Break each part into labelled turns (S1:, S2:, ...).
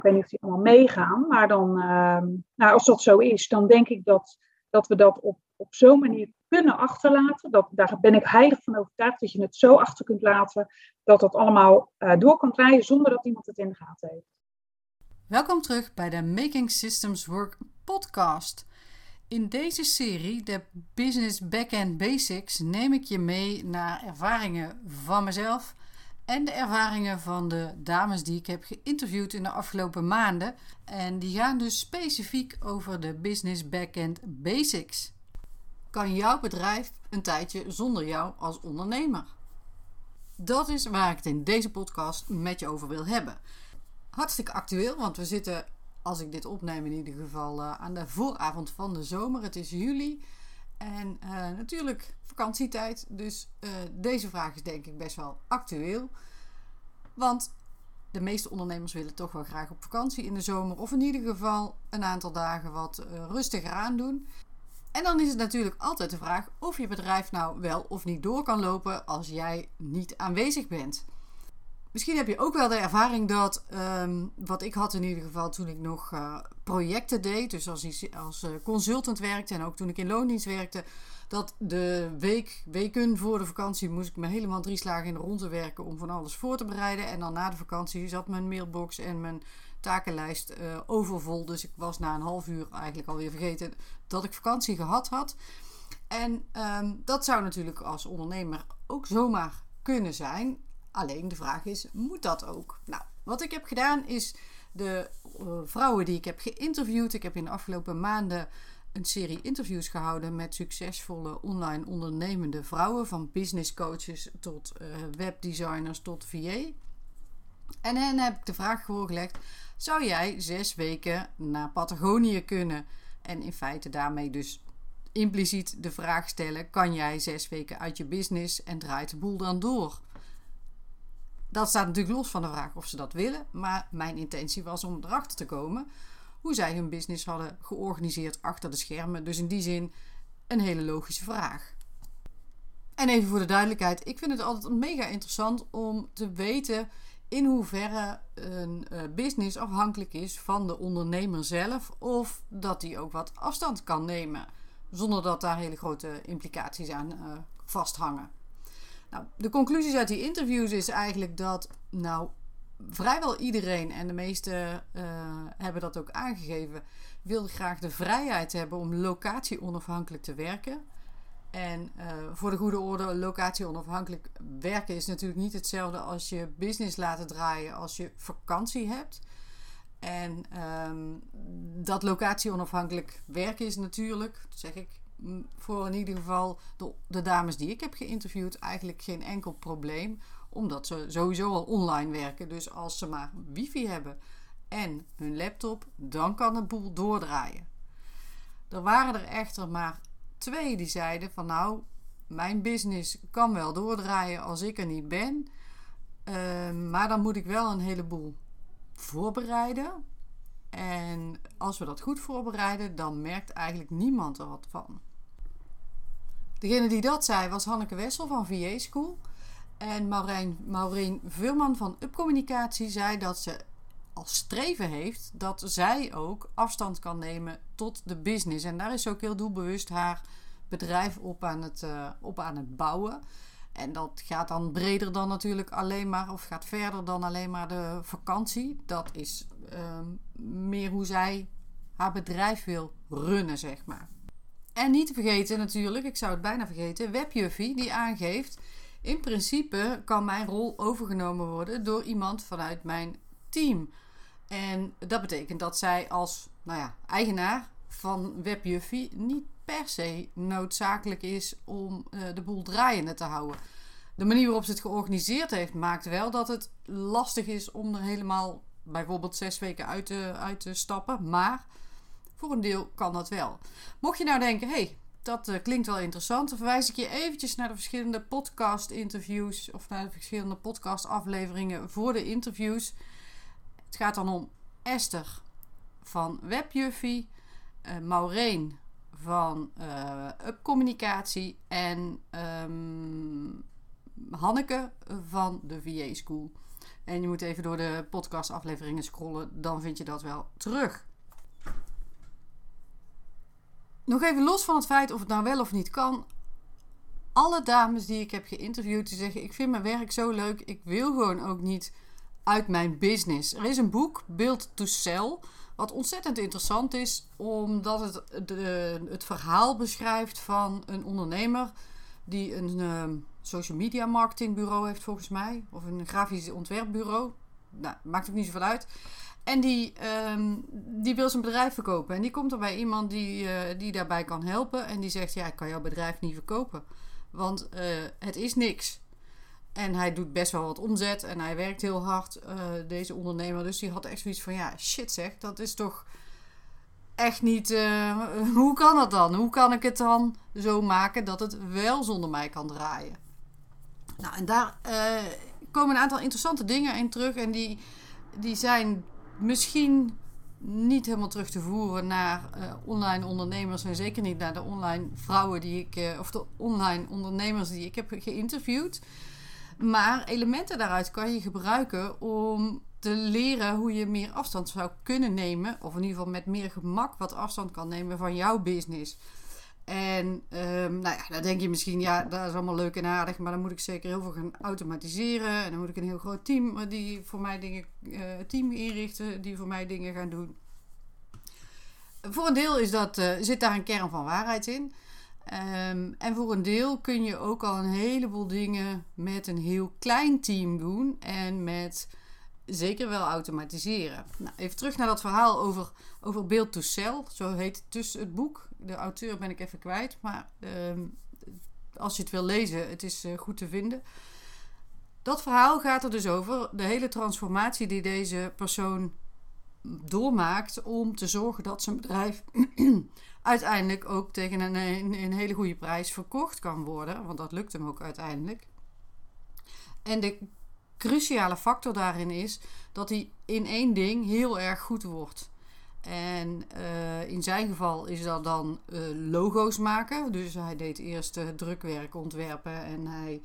S1: Ik weet niet of die allemaal meegaan, maar dan, als dat zo is, dan denk ik dat we dat op zo'n manier kunnen achterlaten. Daar ben ik heilig van overtuigd dat je het zo achter kunt laten dat dat allemaal door kan draaien zonder dat iemand het in de gaten heeft.
S2: Welkom terug bij de Making Systems Work podcast. In deze serie, de Business Backend Basics, neem ik je mee naar ervaringen van mezelf en de ervaringen van de dames die ik heb geïnterviewd in de afgelopen maanden. En die gaan dus specifiek over de Business Backend Basics. Kan jouw bedrijf een tijdje zonder jou als ondernemer? Dat is waar ik het in deze podcast met je over wil hebben. Hartstikke actueel, want we zitten, als ik dit opneem in ieder geval, aan de vooravond van de zomer. Het is juli en natuurlijk vakantietijd. Dus deze vraag is denk ik best wel actueel. Want de meeste ondernemers willen toch wel graag op vakantie in de zomer. Of in ieder geval een aantal dagen wat rustiger aandoen. En dan is het natuurlijk altijd de vraag of je bedrijf nou wel of niet door kan lopen als jij niet aanwezig bent. Misschien heb je ook wel de ervaring dat, wat ik had in ieder geval toen ik nog projecten deed, dus als consultant werkte en ook toen ik in loondienst werkte, dat de weken voor de vakantie moest ik me helemaal 3 slagen in de ronde werken om van alles voor te bereiden. En dan na de vakantie zat mijn mailbox en mijn takenlijst overvol. Dus ik was na een half uur eigenlijk alweer vergeten dat ik vakantie gehad had. En dat zou natuurlijk als ondernemer ook zomaar kunnen zijn. Alleen de vraag is, moet dat ook? Nou, wat ik heb gedaan is de vrouwen die ik heb geïnterviewd. Ik heb in de afgelopen maanden een serie interviews gehouden met succesvolle online ondernemende vrouwen. Van business coaches tot webdesigners tot VA. En hen heb ik de vraag voorgelegd, zou jij 6 weken naar Patagonië kunnen? En in feite daarmee dus impliciet de vraag stellen, kan jij 6 weken uit je business en draait de boel dan door? Dat staat natuurlijk los van de vraag of ze dat willen, maar mijn intentie was om erachter te komen hoe zij hun business hadden georganiseerd achter de schermen. Dus in die zin een hele logische vraag. En even voor de duidelijkheid, ik vind het altijd mega interessant om te weten in hoeverre een business afhankelijk is van de ondernemer zelf of dat die ook wat afstand kan nemen zonder dat daar hele grote implicaties aan vasthangen. Nou, de conclusies uit die interviews is eigenlijk dat vrijwel iedereen, en de meesten hebben dat ook aangegeven, wil graag de vrijheid hebben om locatie onafhankelijk te werken. En voor de goede orde, locatie onafhankelijk werken is natuurlijk niet hetzelfde als je business laten draaien als je vakantie hebt. En dat locatie onafhankelijk werken is natuurlijk, zeg ik, voor in ieder geval de dames die ik heb geïnterviewd eigenlijk geen enkel probleem. Omdat ze sowieso al online werken. Dus als ze maar wifi hebben en hun laptop, dan kan het boel doordraaien. Er waren er echter maar 2 die zeiden van mijn business kan wel doordraaien als ik er niet ben. Maar dan moet ik wel een heleboel voorbereiden. En als we dat goed voorbereiden, dan merkt eigenlijk niemand er wat van. Degene die dat zei was Hanneke Wessel van VA School. En Maureen Veurman van Upcommunicatie zei dat ze als streven heeft dat zij ook afstand kan nemen tot de business. En daar is ze ook heel doelbewust haar bedrijf op aan het bouwen. En dat gaat dan breder dan natuurlijk alleen maar, of gaat verder dan alleen maar de vakantie. Dat is meer hoe zij haar bedrijf wil runnen, zeg maar. En niet te vergeten natuurlijk, ik zou het bijna vergeten, Webjuffie die aangeeft, in principe kan mijn rol overgenomen worden door iemand vanuit mijn team. En dat betekent dat zij als eigenaar van Webjuffie niet per se noodzakelijk is om de boel draaiende te houden. De manier waarop ze het georganiseerd heeft maakt wel dat het lastig is om er helemaal bijvoorbeeld 6 weken uit te stappen. Maar voor een deel kan dat wel. Mocht je nou denken, dat klinkt wel interessant, dan verwijs ik je eventjes naar de verschillende podcast-interviews of naar de verschillende podcast-afleveringen voor de interviews. Het gaat dan om Esther van Webjuffie, Maureen van Upcommunicatie en Hanneke van de VA School. En je moet even door de podcastafleveringen scrollen, dan vind je dat wel terug. Nog even los van het feit of het nou wel of niet kan. Alle dames die ik heb geïnterviewd, die zeggen, ik vind mijn werk zo leuk, ik wil gewoon ook niet uit mijn business. Er is een boek, Build to Sell, wat ontzettend interessant is, omdat het verhaal beschrijft van een ondernemer die een social media marketingbureau heeft volgens mij, of een grafisch ontwerpbureau. Nou, maakt ook niet zoveel uit. En die wil zijn bedrijf verkopen. En die komt er bij iemand die daarbij kan helpen. En die zegt, ja, ik kan jouw bedrijf niet verkopen. Want het is niks. En hij doet best wel wat omzet. En hij werkt heel hard, deze ondernemer. Dus die had echt zoiets van, ja, shit zeg. Dat is toch echt niet... hoe kan dat dan? Hoe kan ik het dan zo maken dat het wel zonder mij kan draaien? Nou, en daar komen een aantal interessante dingen in terug. En die zijn misschien niet helemaal terug te voeren naar online ondernemers. En zeker niet naar de online vrouwen of de online ondernemers die ik heb geïnterviewd. Maar elementen daaruit kan je gebruiken om te leren hoe je meer afstand zou kunnen nemen. Of in ieder geval met meer gemak wat afstand kan nemen van jouw business. En dan denk je misschien, ja, dat is allemaal leuk en aardig, maar dan moet ik zeker heel veel gaan automatiseren. En dan moet ik een heel groot team team inrichten die voor mij dingen gaan doen. Voor een deel zit daar een kern van waarheid in. En voor een deel kun je ook al een heleboel dingen met een heel klein team doen en met zeker wel automatiseren. Nou, even terug naar dat verhaal over Build to Sell. Zo heet dus het boek. De auteur ben ik even kwijt. Maar als je het wil lezen, het is goed te vinden. Dat verhaal gaat er dus over de hele transformatie die deze persoon doormaakt om te zorgen dat zijn bedrijf uiteindelijk ook tegen een hele goede prijs verkocht kan worden. Want dat lukt hem ook uiteindelijk. En de cruciale factor daarin is dat hij in één ding heel erg goed wordt. En in zijn geval is dat dan logo's maken. Dus hij deed eerst drukwerk ontwerpen en hij...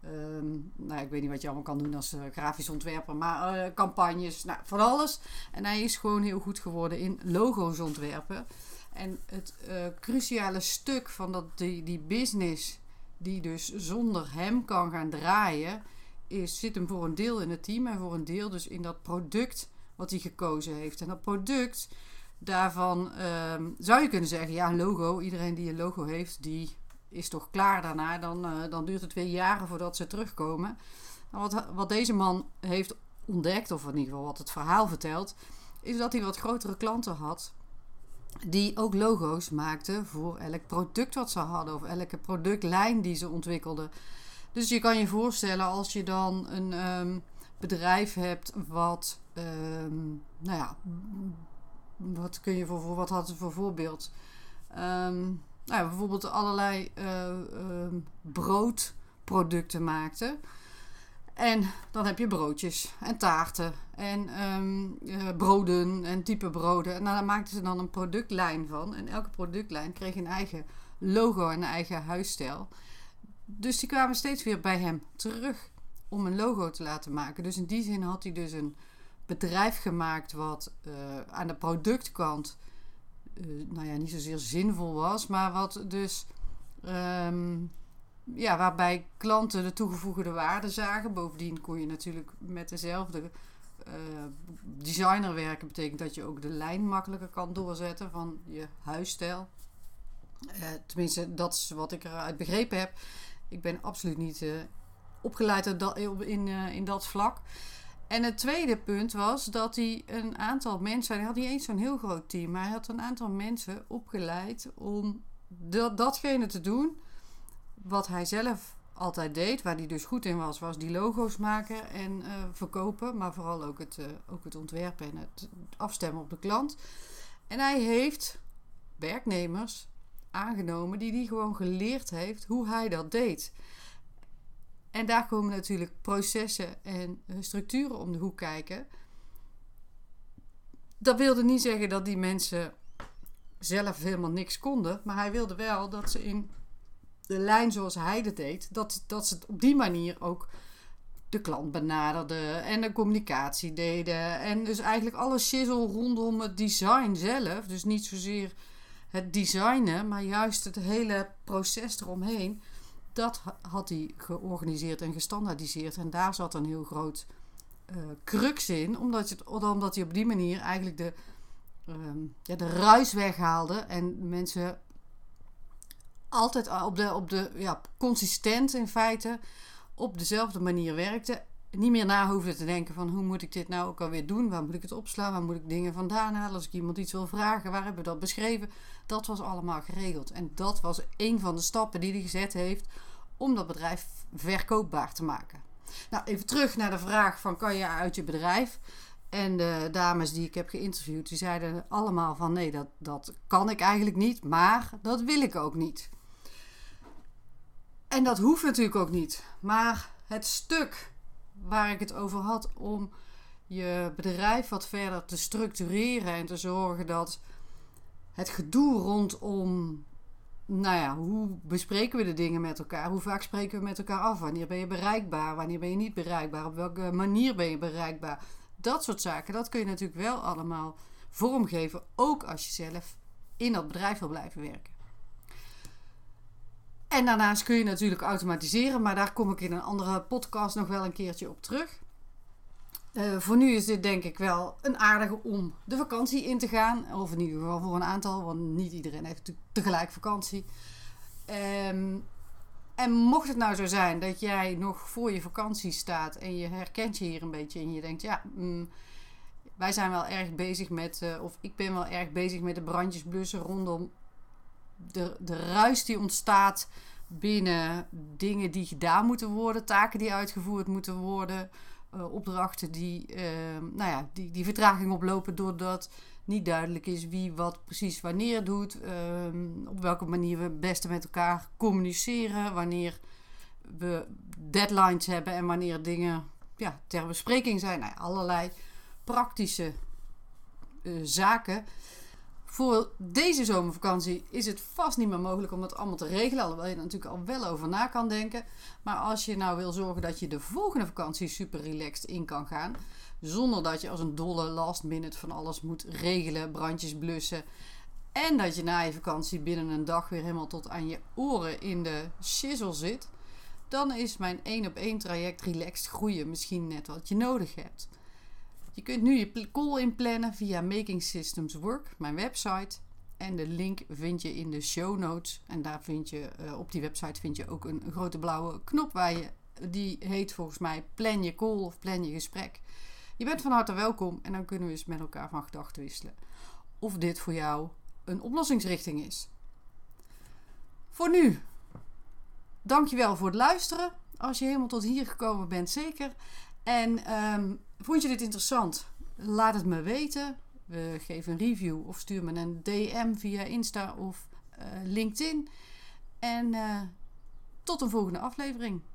S2: ik weet niet wat je allemaal kan doen als grafisch ontwerper, maar campagnes, van alles. En hij is gewoon heel goed geworden in logo's ontwerpen. En het cruciale stuk van die business die dus zonder hem kan gaan draaien, zit hem voor een deel in het team en voor een deel dus in dat product wat hij gekozen heeft. En dat product, daarvan zou je kunnen zeggen, ja, een logo, iedereen die een logo heeft, die is toch klaar daarna. Dan duurt het weer jaren voordat ze terugkomen. Wat deze man heeft ontdekt, of in ieder geval wat het verhaal vertelt, is dat hij wat grotere klanten had die ook logo's maakten voor elk product wat ze hadden of elke productlijn die ze ontwikkelden. Dus je kan je voorstellen als je dan een bedrijf hebt wat wat had het voor voorbeeld? Bijvoorbeeld allerlei broodproducten maakte. En dan heb je broodjes en taarten en broden en type broden. En daar maakten ze dan een productlijn van. En elke productlijn kreeg een eigen logo en een eigen huisstijl. Dus die kwamen steeds weer bij hem terug om een logo te laten maken. Dus in die zin had hij dus een bedrijf gemaakt wat aan de productkant niet zozeer zinvol was, maar wat dus waarbij klanten de toegevoegde waarde zagen. Bovendien kon je natuurlijk met dezelfde designer werken. Betekent dat je ook de lijn makkelijker kan doorzetten van je huisstijl. Tenminste, dat is wat ik eruit begrepen heb. Ik ben absoluut niet opgeleid in dat vlak. En het tweede punt was dat hij een aantal mensen... Hij had niet eens zo'n heel groot team, maar hij had een aantal mensen opgeleid om datgene te doen wat hij zelf altijd deed. Waar hij dus goed in was die logo's maken en verkopen. Maar vooral ook het ontwerpen en het afstemmen op de klant. En hij heeft werknemers aangenomen die gewoon geleerd heeft hoe hij dat deed. En daar komen natuurlijk processen en structuren om de hoek kijken. Dat wilde niet zeggen dat die mensen zelf helemaal niks konden. Maar hij wilde wel dat ze in de lijn zoals hij dat deed, dat ze het op die manier ook de klant benaderden en de communicatie deden. En dus eigenlijk alle shizzle rondom het design zelf. Dus niet zozeer het designen, maar juist het hele proces eromheen. Dat had hij georganiseerd en gestandaardiseerd. En daar zat een heel groot crux in. Omdat hij op die manier eigenlijk de ruis weghaalde. En mensen altijd consistent in feite op dezelfde manier werkten. Niet meer na hoefden te denken van hoe moet ik dit nou ook alweer doen? Waar moet ik het opslaan? Waar moet ik dingen vandaan halen? Als ik iemand iets wil vragen, waar hebben we dat beschreven? Dat was allemaal geregeld. En dat was een van de stappen die hij gezet heeft om dat bedrijf verkoopbaar te maken. Nou, even terug naar de vraag van kan je uit je bedrijf? En de dames die ik heb geïnterviewd, die zeiden allemaal van nee, dat kan ik eigenlijk niet, maar dat wil ik ook niet. En dat hoeft natuurlijk ook niet. Maar het stuk waar ik het over had om je bedrijf wat verder te structureren en te zorgen dat het gedoe rondom, hoe bespreken we de dingen met elkaar? Hoe vaak spreken we met elkaar af? Wanneer ben je bereikbaar? Wanneer ben je niet bereikbaar? Op welke manier ben je bereikbaar? Dat soort zaken, dat kun je natuurlijk wel allemaal vormgeven, ook als je zelf in dat bedrijf wil blijven werken. En daarnaast kun je natuurlijk automatiseren, maar daar kom ik in een andere podcast nog wel een keertje op terug. Voor nu is dit denk ik wel een aardige om de vakantie in te gaan. Of in ieder geval voor een aantal, want niet iedereen heeft tegelijk vakantie. En mocht het nou zo zijn dat jij nog voor je vakantie staat en je herkent je hier een beetje en je denkt, wij zijn wel erg bezig met, of ik ben wel erg bezig met de brandjes blussen rondom de ruis die ontstaat binnen dingen die gedaan moeten worden, taken die uitgevoerd moeten worden, opdrachten die vertraging oplopen doordat niet duidelijk is wie wat precies wanneer doet, op welke manier we het beste met elkaar communiceren, wanneer we deadlines hebben en wanneer dingen ter bespreking zijn. Allerlei praktische zaken. Voor deze zomervakantie is het vast niet meer mogelijk om dat allemaal te regelen. Alhoewel je er natuurlijk al wel over na kan denken. Maar als je nou wil zorgen dat je de volgende vakantie super relaxed in kan gaan. Zonder dat je als een dolle last minute van alles moet regelen, brandjes blussen. En dat je na je vakantie binnen een dag weer helemaal tot aan je oren in de shizzle zit. Dan is mijn 1-op-1 traject relaxed groeien misschien net wat je nodig hebt. Je kunt nu je call inplannen via Making Systems Work, mijn website. En de link vind je in de show notes. En daar vind je, op die website vind je ook een grote blauwe knop die heet volgens mij plan je call of plan je gesprek. Je bent van harte welkom en dan kunnen we eens met elkaar van gedachten wisselen. Of dit voor jou een oplossingsrichting is. Voor nu, dankjewel voor het luisteren. Als je helemaal tot hier gekomen bent, zeker. En vond je dit interessant? Laat het me weten. Geef een review of stuur me een DM via Insta of LinkedIn. En tot een volgende aflevering.